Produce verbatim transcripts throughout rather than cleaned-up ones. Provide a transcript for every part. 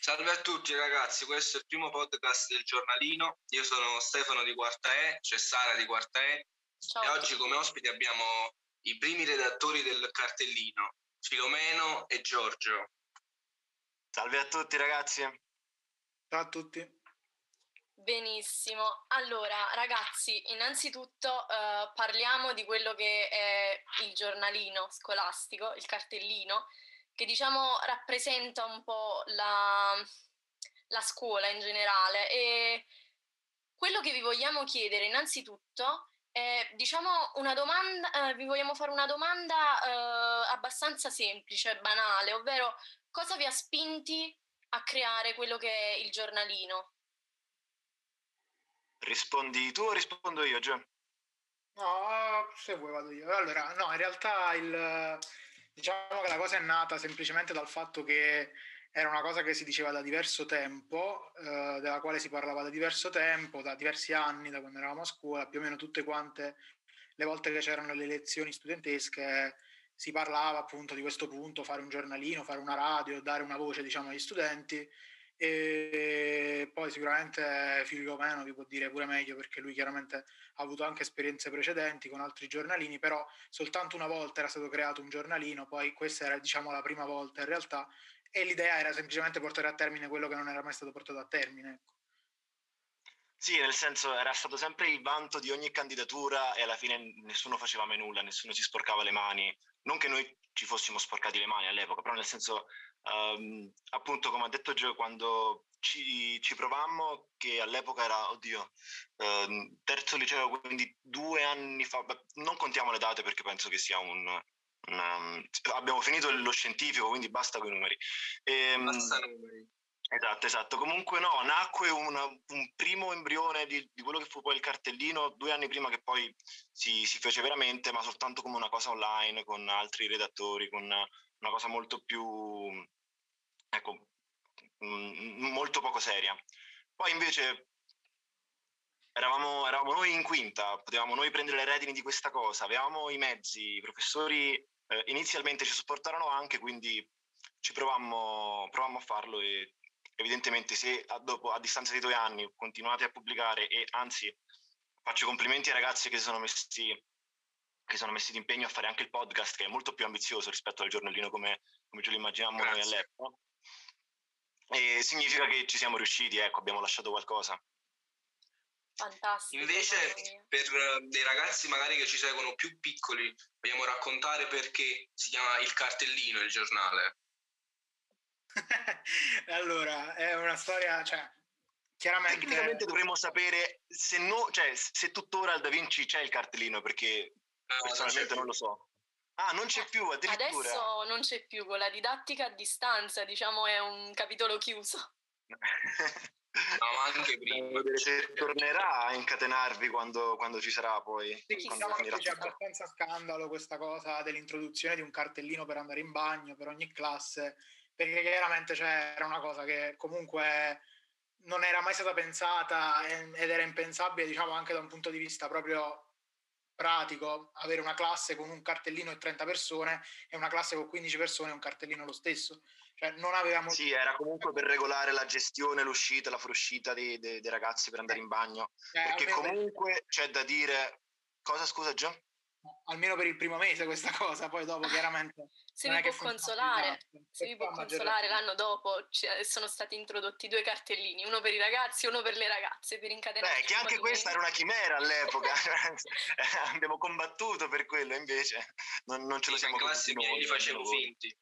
Salve a tutti ragazzi, questo è il primo podcast del giornalino. Io sono Stefano di Quarta E, c'è Sara di Quarta E Ciao e a oggi tutti. come ospiti abbiamo i primi redattori del cartellino, Filomeno e Giorgio. Salve a tutti ragazzi. Ciao a tutti. Benissimo, allora ragazzi, innanzitutto eh, parliamo di quello che è il giornalino scolastico, il cartellino, che diciamo rappresenta un po' la, la scuola in generale. E quello che vi vogliamo chiedere innanzitutto è, diciamo, una domanda, eh, vi vogliamo fare una domanda eh, abbastanza semplice, banale, ovvero cosa vi ha spinti a creare quello che è il giornalino? Rispondi tu o rispondo io, Gio? No, se vuoi vado io. Allora, no, in realtà il, diciamo che la cosa è nata semplicemente dal fatto che era una cosa che si diceva da diverso tempo, eh, della quale si parlava da diverso tempo, da diversi anni, da quando eravamo a scuola, più o meno tutte quante le volte che c'erano le lezioni studentesche si parlava appunto di questo punto, fare un giornalino, fare una radio, dare una voce, diciamo, agli studenti. E poi sicuramente Filomeno vi può dire pure meglio, perché lui chiaramente ha avuto anche esperienze precedenti con altri giornalini, però soltanto una volta era stato creato un giornalino, poi questa era, diciamo, la prima volta in realtà, e l'idea era semplicemente portare a termine quello che non era mai stato portato a termine, ecco. Sì, nel senso era stato sempre il vanto di ogni candidatura e alla fine nessuno faceva mai nulla, nessuno si sporcava le mani. Non che noi ci fossimo sporcati le mani all'epoca, però nel senso, um, appunto come ha detto Gio, quando ci, ci provammo, che all'epoca era, oddio, uh, terzo liceo, quindi due anni fa, beh, non contiamo le date perché penso che sia un... Una, abbiamo finito lo scientifico, quindi basta con i numeri. E, Basta numeri. Esatto, esatto. Comunque no, nacque una, un primo embrione di, di quello che fu poi il cartellino due anni prima che poi si, si fece veramente, ma soltanto come una cosa online, con altri redattori, con una, una cosa molto più, ecco, mh, molto poco seria. Poi invece eravamo, eravamo noi in quinta, potevamo noi prendere le redini di questa cosa, avevamo i mezzi, i professori eh, inizialmente ci supportarono anche, quindi ci provammo, provammo a farlo e evidentemente se a, dopo, a distanza di due anni continuate a pubblicare e anzi faccio complimenti ai ragazzi che si sono messi che sono messi d'impegno a fare anche il podcast, che è molto più ambizioso rispetto al giornalino come, come ce lo immaginiamo noi all'epoca, e significa che ci siamo riusciti, ecco, abbiamo lasciato qualcosa. Fantastico. Invece per dei ragazzi magari che ci seguono più piccoli vogliamo raccontare perché si chiama il cartellino, il giornale. Allora, è una storia, cioè, chiaramente... Tecnicamente dovremmo sapere se, no, cioè, se tuttora al Da Vinci c'è il cartellino, perché no, personalmente non, non lo so. Ah, non c'è più, addirittura. Adesso non c'è più, con la didattica a distanza, diciamo, è un capitolo chiuso. No, ma anche prima. Se tornerà a incatenarvi quando, quando ci sarà poi. Sì, quando diciamo che c'è abbastanza scandalo questa cosa dell'introduzione di un cartellino per andare in bagno per ogni classe, perché chiaramente cioè, era una cosa che comunque non era mai stata pensata ed era impensabile, diciamo, anche da un punto di vista proprio pratico, avere una classe con un cartellino e trenta persone e una classe con quindici persone e un cartellino lo stesso. Cioè, non avevamo... Sì, era comunque per regolare la gestione, l'uscita, la fuoriuscita dei, dei, dei ragazzi per andare in bagno. Eh, perché comunque per... c'è da dire... Cosa, scusa, Gio? Almeno per il primo mese questa cosa, poi dopo chiaramente... Se vi può consolare, se vi può consolare l'anno dopo sono stati introdotti due cartellini, uno per i ragazzi e uno per le ragazze, per incatenare. Beh, che anche questa era una chimera all'epoca, abbiamo combattuto per quello, invece non, non ce lo siamo fatti noi. Li facevo finti.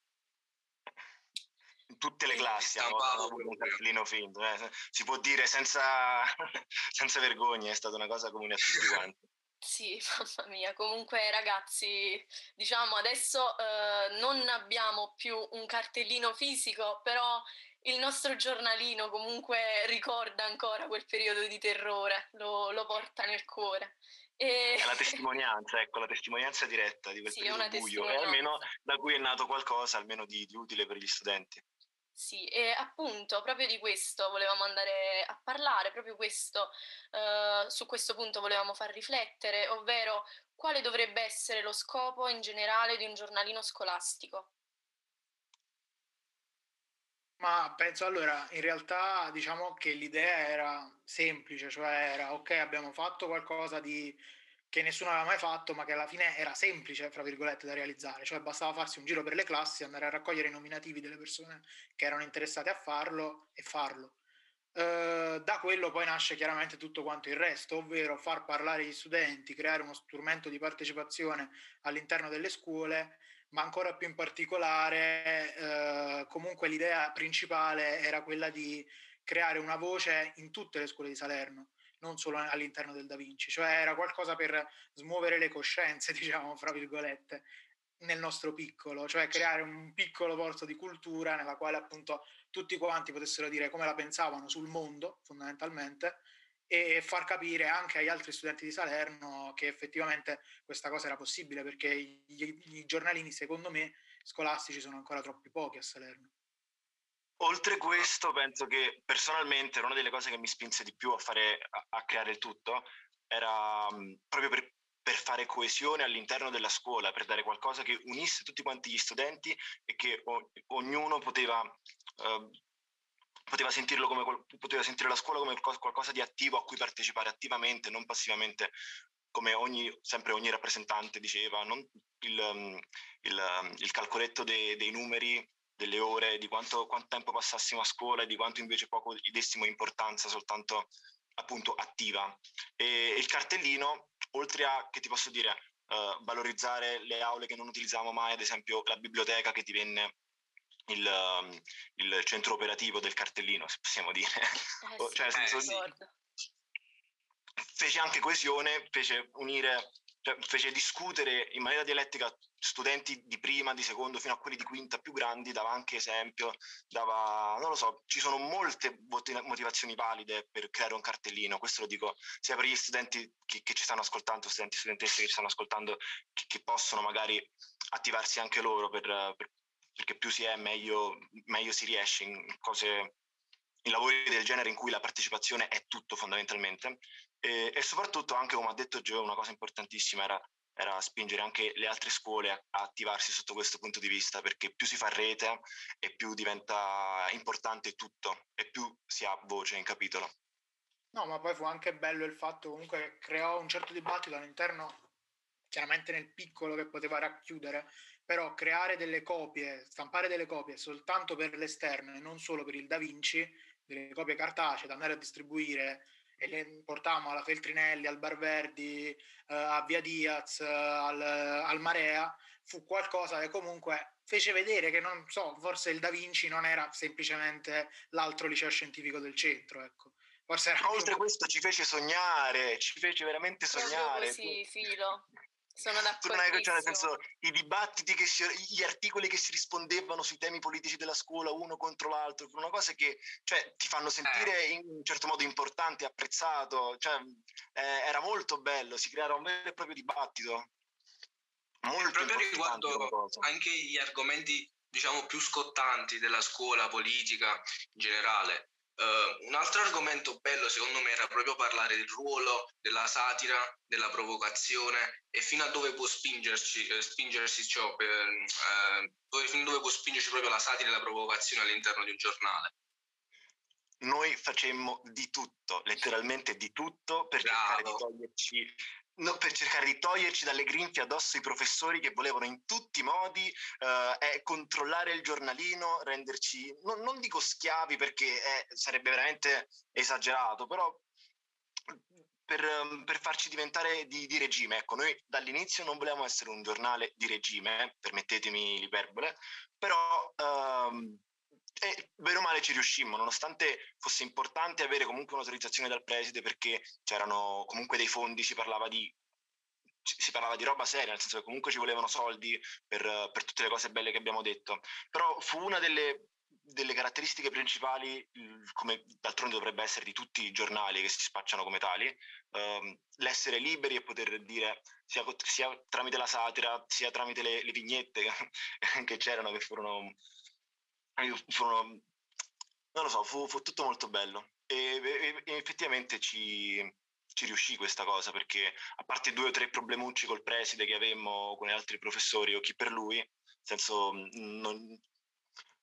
In tutte le classi hanno avuto un cartellino finto, eh. Si può dire senza, senza vergogna, è stata una cosa comune a tutti quanti. Sì, mamma mia, comunque ragazzi, diciamo adesso eh, non abbiamo più un cartellino fisico, però il nostro giornalino comunque ricorda ancora quel periodo di terrore, lo, lo porta nel cuore. E... È la testimonianza, ecco, la testimonianza diretta di quel sì, periodo buio, e almeno da cui è nato qualcosa, almeno di, di utile per gli studenti. Sì, e appunto proprio di questo volevamo andare a parlare, proprio questo, eh, su questo punto volevamo far riflettere, ovvero quale dovrebbe essere lo scopo in generale di un giornalino scolastico? Ma penso allora, in realtà diciamo che l'idea era semplice, cioè era ok, abbiamo fatto qualcosa di che nessuno aveva mai fatto, ma che alla fine era semplice, fra virgolette, da realizzare, cioè bastava farsi un giro per le classi, andare a raccogliere i nominativi delle persone che erano interessate a farlo e farlo. Eh, da quello poi nasce chiaramente tutto quanto il resto, ovvero far parlare gli studenti, creare uno strumento di partecipazione all'interno delle scuole, ma ancora più in particolare, eh, comunque l'idea principale era quella di creare una voce in tutte le scuole di Salerno, non solo all'interno del Da Vinci, cioè era qualcosa per smuovere le coscienze, diciamo, fra virgolette, nel nostro piccolo, cioè creare un piccolo porto di cultura nella quale appunto tutti quanti potessero dire come la pensavano sul mondo, fondamentalmente, e far capire anche agli altri studenti di Salerno che effettivamente questa cosa era possibile, perché i, i giornalini, secondo me, scolastici sono ancora troppi pochi a Salerno. Oltre questo, penso che personalmente una delle cose che mi spinse di più a, fare, a, a creare il tutto era um, proprio per, per fare coesione all'interno della scuola, per dare qualcosa che unisse tutti quanti gli studenti e che o, ognuno poteva, uh, poteva, sentirlo come, poteva sentire la scuola come qualcosa di attivo a cui partecipare attivamente, non passivamente, come ogni, sempre ogni rappresentante diceva, non il, um, il, um, il calcoletto de, dei numeri, delle ore, di quanto, quanto tempo passassimo a scuola e di quanto invece poco gli dessimo importanza soltanto appunto attiva. E, e il cartellino, oltre a, che ti posso dire, uh, valorizzare le aule che non utilizziamo mai, ad esempio la biblioteca che divenne il, um, il centro operativo del cartellino, se possiamo dire. Eh sì, cioè, senso, fece anche coesione, fece unire, cioè, fece discutere in maniera dialettica studenti di prima, di secondo, fino a quelli di quinta più grandi, dava anche esempio, dava, non lo so, ci sono molte motivazioni valide per creare un cartellino, questo lo dico sia per gli studenti che, che ci stanno ascoltando, studenti e studentesse che ci stanno ascoltando, che, che possono magari attivarsi anche loro, per, per, perché più si è meglio, meglio si riesce in cose, in lavori del genere in cui la partecipazione è tutto fondamentalmente. E, e soprattutto anche, come ha detto Gio, una cosa importantissima era, era spingere anche le altre scuole a, a attivarsi sotto questo punto di vista, perché più si fa rete e più diventa importante tutto e più si ha voce in capitolo. No, ma poi fu anche bello il fatto comunque che creò un certo dibattito all'interno, chiaramente nel piccolo che poteva racchiudere, però creare delle copie, stampare delle copie soltanto per l'esterno e non solo per il Da Vinci, delle copie cartacee da andare a distribuire, e le portammo alla Feltrinelli, al Barverdi, eh, a Via Diaz, eh, al, al Marea, fu qualcosa che comunque fece vedere che, non so, forse il Da Vinci non era semplicemente l'altro liceo scientifico del centro, ecco. Forse era oltre a questo ci fece sognare, ci fece veramente sognare. Proprio così, Filo. Sono Tu non hai, cioè, nel d'accordissimo. senso, i dibattiti, che si, gli articoli che si rispondevano sui temi politici della scuola uno contro l'altro, una cosa che, cioè, ti fanno sentire in un certo modo importante, apprezzato, cioè, eh, era molto bello, si creava un vero e proprio dibattito. Molto proprio riguardo anche gli argomenti, diciamo, più scottanti della scuola politica in generale. Uh, un altro argomento bello secondo me era proprio parlare del ruolo della satira, della provocazione e fino a dove può spingerci, eh, spingersi ciò, per, eh, dove, fino a dove può spingerci proprio la satira e la provocazione all'interno di un giornale. Noi facemmo di tutto, letteralmente di tutto, per Bravo. cercare di toglierci No, per cercare di toglierci dalle grinfie addosso i professori che volevano in tutti i modi eh, eh, controllare il giornalino, renderci, non, non dico schiavi perché eh, sarebbe veramente esagerato, però per, per farci diventare di, di regime. Ecco, noi dall'inizio non volevamo essere un giornale di regime, permettetemi l'iperbole, però ehm, e bene o male ci riuscimmo, nonostante fosse importante avere comunque un'autorizzazione dal preside, perché c'erano comunque dei fondi, si parlava di si parlava di roba seria, nel senso che comunque ci volevano soldi per, per tutte le cose belle che abbiamo detto, però fu una delle, delle caratteristiche principali, come d'altronde dovrebbe essere di tutti i giornali che si spacciano come tali, ehm, l'essere liberi e poter dire sia, sia tramite la satira, sia tramite le, le vignette che c'erano, che furono, furono non lo so, fu, fu tutto molto bello e, e, e effettivamente ci, ci riuscì questa cosa, perché a parte due o tre problemucci col preside che avemmo con gli altri professori o chi per lui, nel senso non,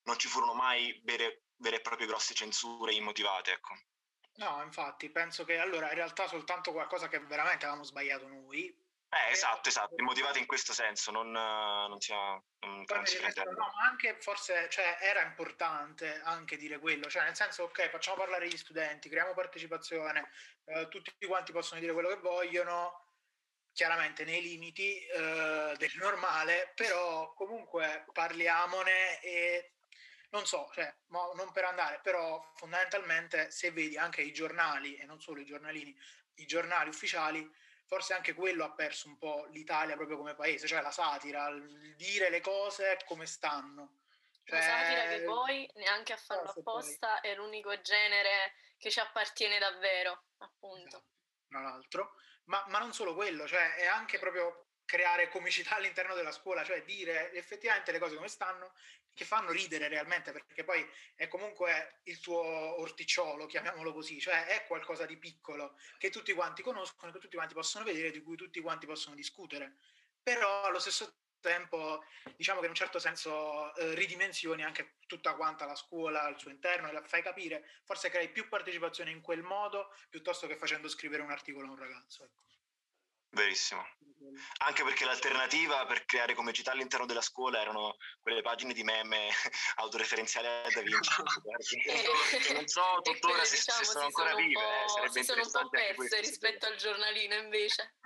non ci furono mai vere, vere e proprie grosse censure immotivate, ecco. No, infatti, penso che allora in realtà soltanto qualcosa che veramente avevamo sbagliato noi. Eh, esatto, esatto, immotivate in questo senso, non, non, sia, non, Poi non si resto, fraintende. no, ma anche forse, cioè, era importante anche dire quello, cioè nel senso, ok, facciamo parlare gli studenti, creiamo partecipazione, eh, tutti quanti possono dire quello che vogliono, chiaramente nei limiti eh, del normale, però comunque parliamone e non so, cioè, mo, non per andare, però fondamentalmente se vedi anche i giornali e non solo i giornalini, i giornali ufficiali, forse anche quello ha perso un po' l'Italia proprio come paese, cioè la satira, il dire le cose come stanno. Cioè, la satira che Cioè, poi, neanche a farlo apposta, poi... è l'unico genere che ci appartiene davvero, appunto. Esatto, tra l'altro. Ma, ma non solo quello, cioè è anche proprio creare comicità all'interno della scuola, cioè dire effettivamente le cose come stanno, che fanno ridere realmente, perché poi è comunque il tuo orticciolo, chiamiamolo così, cioè è qualcosa di piccolo che tutti quanti conoscono, che tutti quanti possono vedere, di cui tutti quanti possono discutere. Però allo stesso tempo diciamo che in un certo senso eh, ridimensioni anche tutta quanta la scuola al suo interno e la fai capire, forse crei più partecipazione in quel modo piuttosto che facendo scrivere un articolo a un ragazzo, ecco. Verissimo. Anche perché l'alternativa per creare comicità all'interno della scuola erano quelle pagine di meme autoreferenziali a Da Vinci, che non so tuttora se, diciamo, se sono si ancora sono vive, eh, sarebbe si sono un po' perse rispetto al giornalino invece.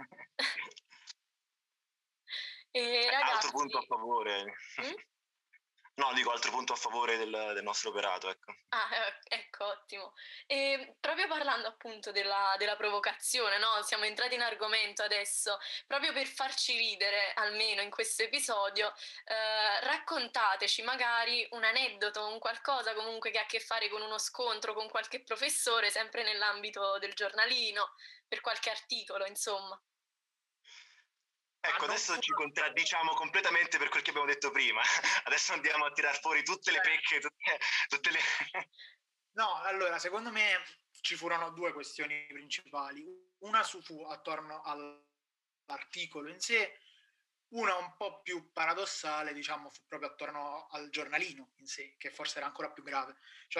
E ragazzi... Altro punto a favore. Mm? No, dico altro punto a favore del, del nostro operato, ecco. Ah, ecco, ottimo. E proprio parlando appunto della, della provocazione, no? Siamo entrati in argomento adesso, proprio per farci ridere, almeno in questo episodio, eh, raccontateci magari un aneddoto, un qualcosa comunque che ha a che fare con uno scontro con qualche professore, sempre nell'ambito del giornalino, per qualche articolo, insomma. Ecco, adesso ci contraddiciamo completamente per quel che abbiamo detto prima. Adesso andiamo a tirar fuori tutte le pecche, tutte, tutte le... No, allora, secondo me ci furono due questioni principali. Una su fu attorno all'articolo in sé, una un po' più paradossale, diciamo, fu proprio attorno al giornalino in sé, che forse era ancora più grave.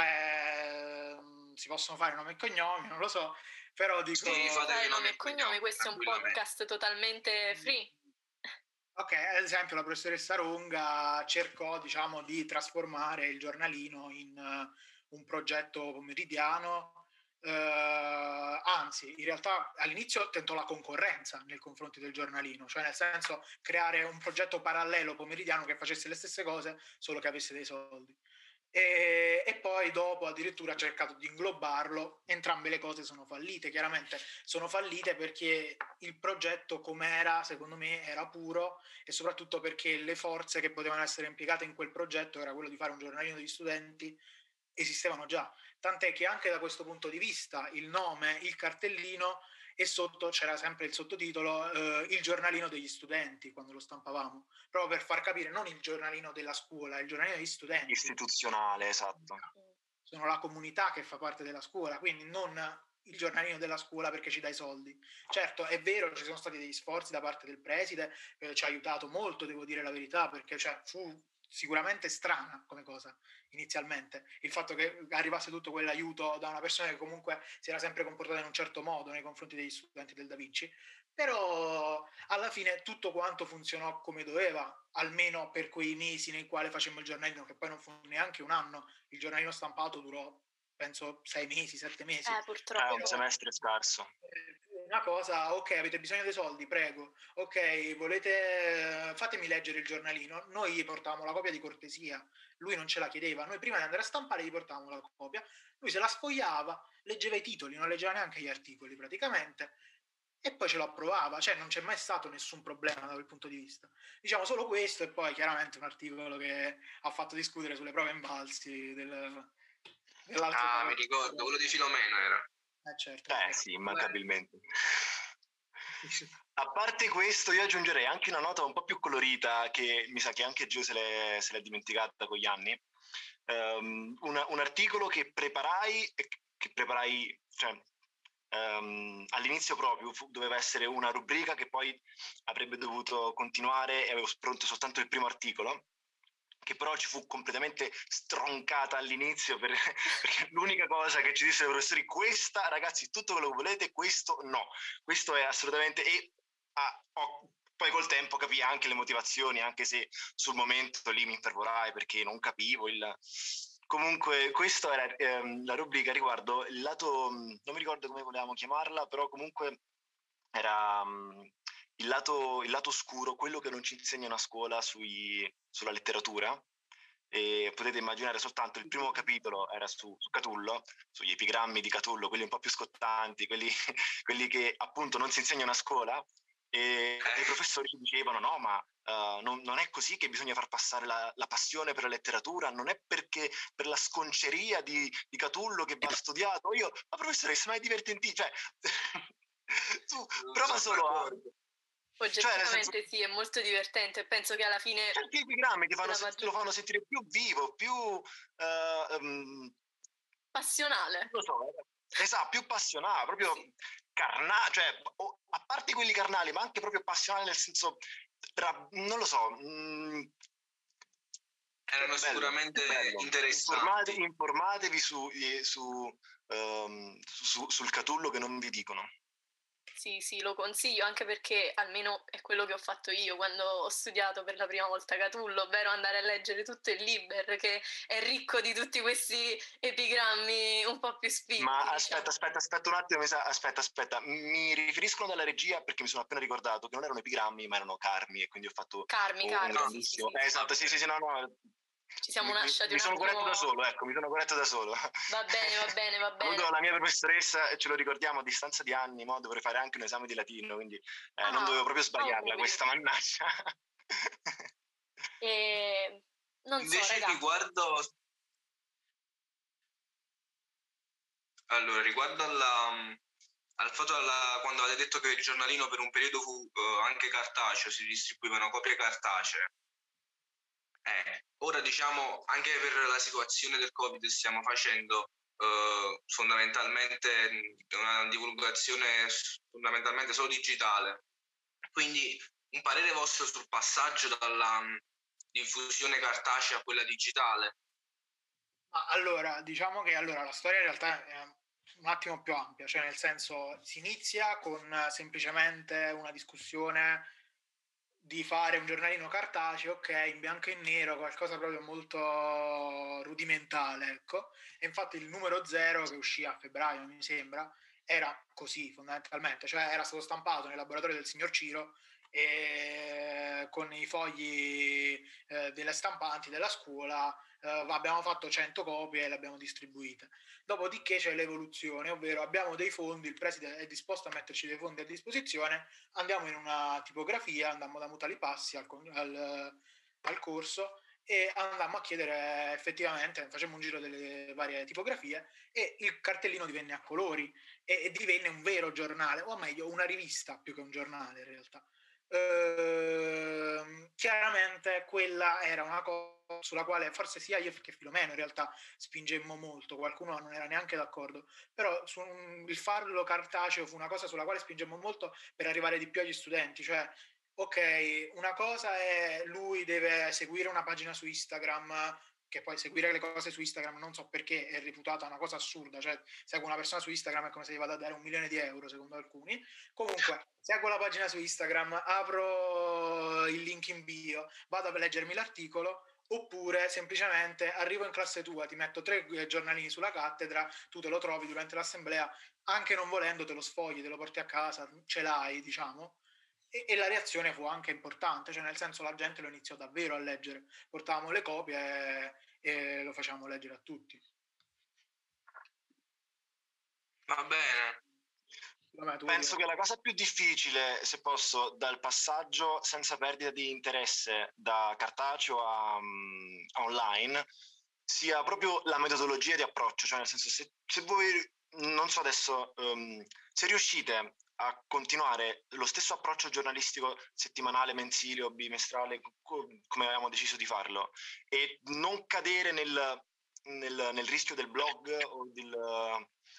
Cioè, si possono fare nomi e cognomi, non lo so, però dico... Sì, fate nomi e cognomi, questo è un podcast totalmente free. Ok, ad esempio la professoressa Runga cercò, diciamo, di trasformare il giornalino in uh, un progetto pomeridiano, uh, anzi, in realtà all'inizio tentò la concorrenza nei confronti del giornalino, cioè nel senso creare un progetto parallelo pomeridiano che facesse le stesse cose, solo che avesse dei soldi. E, e poi dopo addirittura ha cercato di inglobarlo. Entrambe le cose sono fallite, chiaramente sono fallite perché il progetto com'era secondo me era puro e soprattutto perché le forze che potevano essere impiegate in quel progetto era quello di fare un giornalino degli studenti, esistevano già, tant'è che anche da questo punto di vista il nome, il cartellino e sotto c'era sempre il sottotitolo eh, il giornalino degli studenti quando lo stampavamo, proprio per far capire non il giornalino della scuola, il giornalino degli studenti. Istituzionale, esatto. Sono la comunità che fa parte della scuola, quindi non il giornalino della scuola perché ci dai soldi. Certo, è vero, ci sono stati degli sforzi da parte del preside, eh, ci ha aiutato molto, devo dire la verità, perché cioè, fu sicuramente strana come cosa inizialmente, il fatto che arrivasse tutto quell'aiuto da una persona che comunque si era sempre comportata in un certo modo nei confronti degli studenti del Da Vinci, però alla fine tutto quanto funzionò come doveva, almeno per quei mesi nei quali facemmo il giornalino, che poi non fu neanche un anno, il giornalino stampato durò penso sei mesi, sette mesi. Eh, purtroppo. È un semestre scarso. Una cosa, ok, avete bisogno dei soldi, prego. Ok, volete, fatemi leggere il giornalino. Noi gli portavamo la copia di cortesia, lui non ce la chiedeva. Noi prima di andare a stampare gli portavamo la copia, lui se la sfogliava, leggeva i titoli, non leggeva neanche gli articoli praticamente, e poi ce lo approvava, cioè non c'è mai stato nessun problema da quel punto di vista. Diciamo solo questo e poi chiaramente un articolo che ha fatto discutere sulle prove imbalzi del, dell'altro. Ah, mi ricordo, quello di Filomeno era. Eh certo. Eh sì, immancabilmente. A parte questo, io aggiungerei anche una nota un po' più colorita che mi sa che anche Gio se l'è, se l'è dimenticata con gli anni. Um, una, un articolo che preparai, che preparai, cioè um, all'inizio proprio fu, doveva essere una rubrica che poi avrebbe dovuto continuare e avevo pronto soltanto il primo articolo, che però ci fu completamente stroncata all'inizio, per, perché l'unica cosa che ci dissero i professori, questa ragazzi, tutto quello che volete, questo no, questo è assolutamente... E ah, ho, poi col tempo capii anche le motivazioni, anche se sul momento lì mi infervorai perché non capivo il... Comunque questa era ehm, la rubrica riguardo il lato, non mi ricordo come volevamo chiamarla, però comunque era um, il, lato, il lato oscuro, quello che non ci insegnano a scuola sui, sulla letteratura. E potete immaginare soltanto il primo capitolo era su, su Catullo, sugli epigrammi di Catullo, quelli un po' più scottanti, quelli, quelli che appunto non si insegnano a scuola, e i professori ci dicevano no ma uh, non, non è così che bisogna far passare la, la passione per la letteratura, non è perché per la sconceria di, di Catullo che va studiato. Io, ma professoressa, ma è divertentissimo, cioè tu prova solo a... Oggettivamente cioè, senso, sì, è molto divertente, penso che alla fine... Certi epigrammi ti fanno, se, lo fanno sentire più vivo, più... Uh, um, passionale. Non lo so, esatto, più passionale, proprio sì. Carnale, cioè, a parte quelli carnali, ma anche proprio passionale nel senso, non lo so... Mh, erano bello, sicuramente bello. Interessanti. Informatevi, informatevi su, su, um, su, sul Catullo che non vi dicono. Sì, sì, lo consiglio anche perché almeno è quello che ho fatto io quando ho studiato per la prima volta Catullo, ovvero andare a leggere tutto il Liber che è ricco di tutti questi epigrammi un po' più spinti. Ma diciamo. aspetta, aspetta, aspetta un attimo, aspetta, aspetta, mi riferiscono dalla regia perché mi sono appena ricordato che non erano epigrammi ma erano carmi e quindi ho fatto carmi, un, carmi, un grandissimo... sì, sì, sì, eh, esatto, sì, sì, sì, no, no. Ci siamo mi, lasciati mi un sono attimo... corretto da solo, ecco, mi sono corretto da solo. Va bene, va bene, va bene. Saluto la mia professoressa, ce lo ricordiamo a distanza di anni, mo dovrei fare anche un esame di latino, quindi eh, ah, non dovevo proprio sbagliarla, oh, questa mannaggia. E... non Invece so, ragazzi. riguardo... Allora, riguardo alla... al fatto alla, quando avete detto che il giornalino per un periodo fu uh, anche cartaceo, si distribuivano copie cartacee. Eh, ora diciamo anche per la situazione del Covid stiamo facendo uh, fondamentalmente una divulgazione fondamentalmente solo digitale. Quindi un parere vostro sul passaggio dalla um, diffusione cartacea a quella digitale? Allora, diciamo che allora, la storia in realtà è un attimo più ampia, cioè nel senso si inizia con semplicemente una discussione di fare un giornalino cartaceo, ok, in bianco e nero, qualcosa proprio molto rudimentale, ecco. E infatti il numero zero che uscì a febbraio, mi sembra, era così fondamentalmente, cioè era stato stampato nel laboratorio del signor Ciro e con i fogli eh, delle stampanti della scuola eh, abbiamo fatto cento copie e le abbiamo distribuite. Dopodiché c'è l'evoluzione, ovvero abbiamo dei fondi, il preside è disposto a metterci dei fondi a disposizione, andiamo in una tipografia, andammo da Mutalipassi al, al, al corso e andammo a chiedere effettivamente, facemmo un giro delle varie tipografie e il cartellino divenne a colori e, e divenne un vero giornale, o meglio una rivista più che un giornale in realtà. Ehm, chiaramente quella era una cosa sulla quale forse sia io che Filomeno in realtà spingemmo molto, qualcuno non era neanche d'accordo, però su un, il farlo cartaceo fu una cosa sulla quale spingemmo molto per arrivare di più agli studenti, cioè ok, una cosa è lui deve seguire una pagina su Instagram, che poi seguire le cose su Instagram non so perché è reputata una cosa assurda, cioè seguo una persona su Instagram è come se gli vado a dare un milione di euro secondo alcuni. Comunque seguo la pagina su Instagram, apro il link in bio, vado a leggermi l'articolo, oppure semplicemente arrivo in classe tua, ti metto tre giornalini sulla cattedra, tu te lo trovi durante l'assemblea, anche non volendo te lo sfogli, te lo porti a casa, ce l'hai, diciamo. E, e la reazione fu anche importante, cioè nel senso la gente lo iniziò davvero a leggere, portavamo le copie e, e lo facevamo leggere a tutti. Va bene. Penso che la cosa più difficile, se posso, dal passaggio senza perdita di interesse da cartaceo a, a online sia proprio la metodologia di approccio, cioè nel senso se, se voi, non so adesso, um, se riuscite a continuare lo stesso approccio giornalistico settimanale, mensile o bimestrale come avevamo deciso di farlo e non cadere nel, nel, nel rischio del blog o del...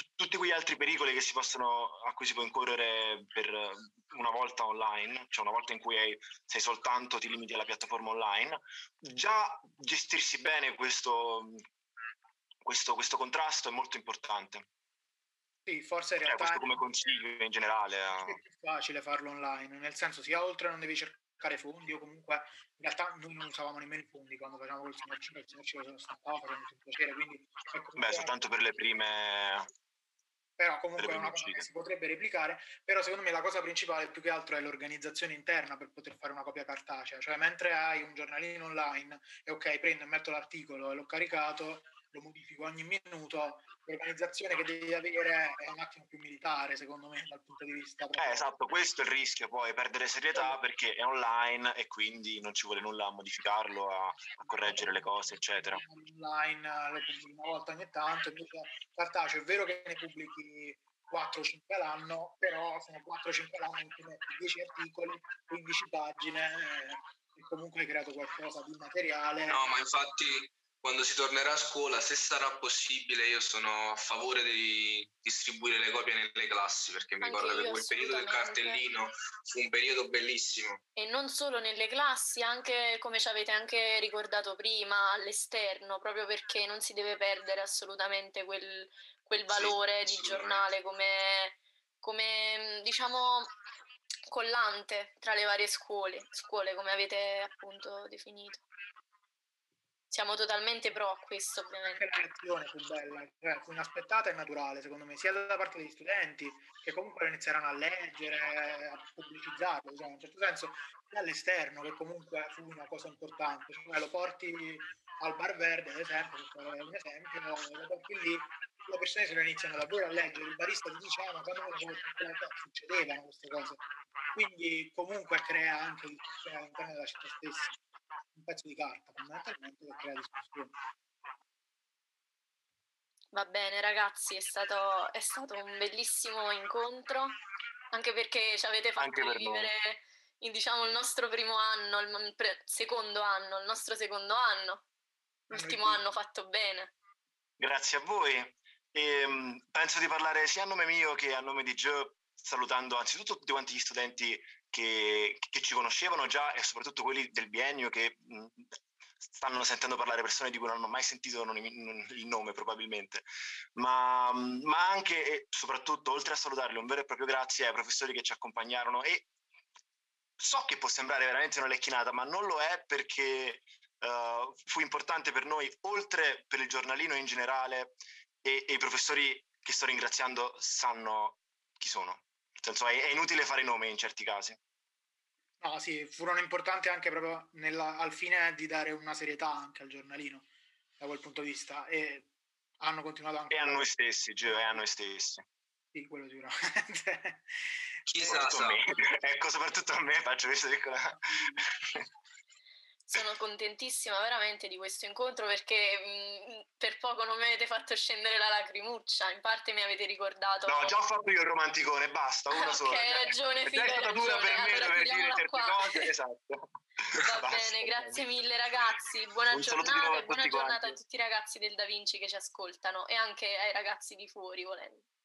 t- tutti quegli altri pericoli che si possono, a cui si può incorrere per una volta online, cioè una volta in cui hai, sei soltanto, ti limiti alla piattaforma online, già gestirsi bene questo, questo, questo contrasto è molto importante. Sì, forse in Cioè, realtà questo come consiglio in generale. è più facile farlo online, nel senso sia oltre non devi cercare fondi o comunque in realtà noi non usavamo nemmeno i fondi quando facevamo quel signor Ciro, il signor Ciro se lo stampava facendo sul piacere, quindi è Beh, comunque soltanto per le prime... però comunque è una cosa che si potrebbe replicare, però secondo me la cosa principale più che altro è l'organizzazione interna per poter fare una copia cartacea, cioè mentre hai un giornalino online e ok, prendo e metto l'articolo e l'ho caricato, lo modifico ogni minuto, l'organizzazione che devi avere è un attimo più militare secondo me dal punto di vista proprio... Eh, esatto, questo è il rischio, poi perdere serietà perché è online e quindi non ci vuole nulla a modificarlo, a, a correggere le cose, eccetera. Online lo pubblichi una volta ogni tanto, invece cartaceo è vero che ne pubblichi quattro cinque all'anno, però sono quattro cinque all'anno in cui metti dieci articoli, quindici pagine eh, e comunque hai creato qualcosa di materiale. No, ma infatti quando si tornerà a scuola, se sarà possibile, io sono a favore di distribuire le copie nelle classi, perché mi Anche ricordo che io, quel periodo del assolutamente. cartellino fu un periodo bellissimo. E non solo nelle classi, anche come ci avete anche ricordato prima, all'esterno, proprio perché non si deve perdere assolutamente quel, quel valore Sì, di giornale come, come, diciamo, collante tra le varie scuole, scuole come avete appunto definito. Siamo totalmente pro a questo, ovviamente. Anche la reazione fu bella, cioè fu inaspettata e naturale secondo me, sia da parte degli studenti che comunque lo inizieranno a leggere, a pubblicizzarlo, diciamo, in un certo senso, sia all'esterno che comunque fu una cosa importante, cioè lo porti al Bar Verde, ad esempio, per fare un esempio, lo porti lì, le persone se lo iniziano davvero a leggere, il barista ti dice, ah, ma quando me lo succedevano queste cose, quindi comunque crea anche discussione all'interno della città stessa. Un pezzo di carta fondamentalmente che crea discussione. Va bene ragazzi, è stato, è stato un bellissimo incontro, anche perché ci avete fatto vivere in, diciamo, il nostro primo anno, il pre- secondo anno, il nostro secondo anno, l'ultimo anno fatto bene. Grazie a voi. E, um, penso di parlare sia a nome mio che a nome di Joe, salutando anzitutto tutti quanti gli studenti che, che ci conoscevano già e soprattutto quelli del biennio che mh, stanno sentendo parlare persone di cui non hanno mai sentito non, non, il nome probabilmente, ma, ma anche e soprattutto, oltre a salutarli, un vero e proprio grazie ai professori che ci accompagnarono. E so che può sembrare veramente una lecchinata, ma non lo è, perché uh, fu importante per noi, oltre per il giornalino in generale, e, e i professori che sto ringraziando sanno chi sono. Nel senso, è, è inutile fare nomi in certi casi. No, sì, furono importanti anche proprio nella, al fine di dare una serietà anche al giornalino, da quel punto di vista, e hanno continuato anche... E a noi stessi, Gio, e a noi stessi. Sì, quello sicuramente. Chissà, soprattutto a me. Ecco, soprattutto a me faccio questa piccola... Sono contentissima veramente di questo incontro, perché mh, per poco non mi avete fatto scendere la lacrimuccia, in parte mi avete ricordato... No, già ho fatto io il romanticone, basta, una ok, sola. hai ragione, figa, è stata hai dura ragione, per me allora dover dire certe qua. cose, esatto. Va Basta, bene, grazie mille ragazzi, buona un giornata e buona giornata quanti. a tutti i ragazzi del Da Vinci che ci ascoltano e anche ai ragazzi di fuori volendo.